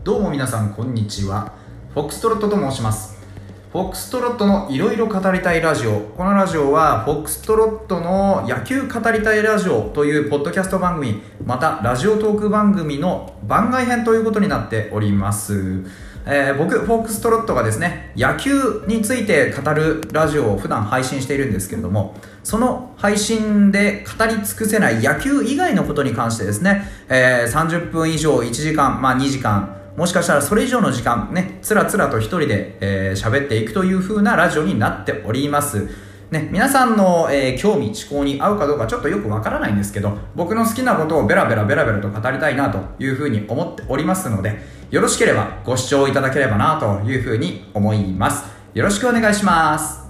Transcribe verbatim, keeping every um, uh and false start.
どうも皆さんこんにちは。フォックストロットと申します。フォックストロットのいろいろ語りたいラジオ。このラジオはフォックストロットの野球語りたいラジオというポッドキャスト番組、またラジオトーク番組の番外編ということになっております。えー、僕フォックストロットがですね、野球について語るラジオを普段配信しているんですけれども、その配信で語り尽くせない野球以外のことに関してですね、えー、さんじゅっぷん以上いちじかん、まあにじかん、もしかしたらそれ以上の時間ね、つらつらと一人で、えー、喋っていくという風なラジオになっておりますね。皆さんの、えー、興味思考に合うかどうかちょっとよくわからないんですけど、僕の好きなことをベラベラベラベラと語りたいなという風に思っておりますので、よろしければご視聴いただければなという風に思います。よろしくお願いします。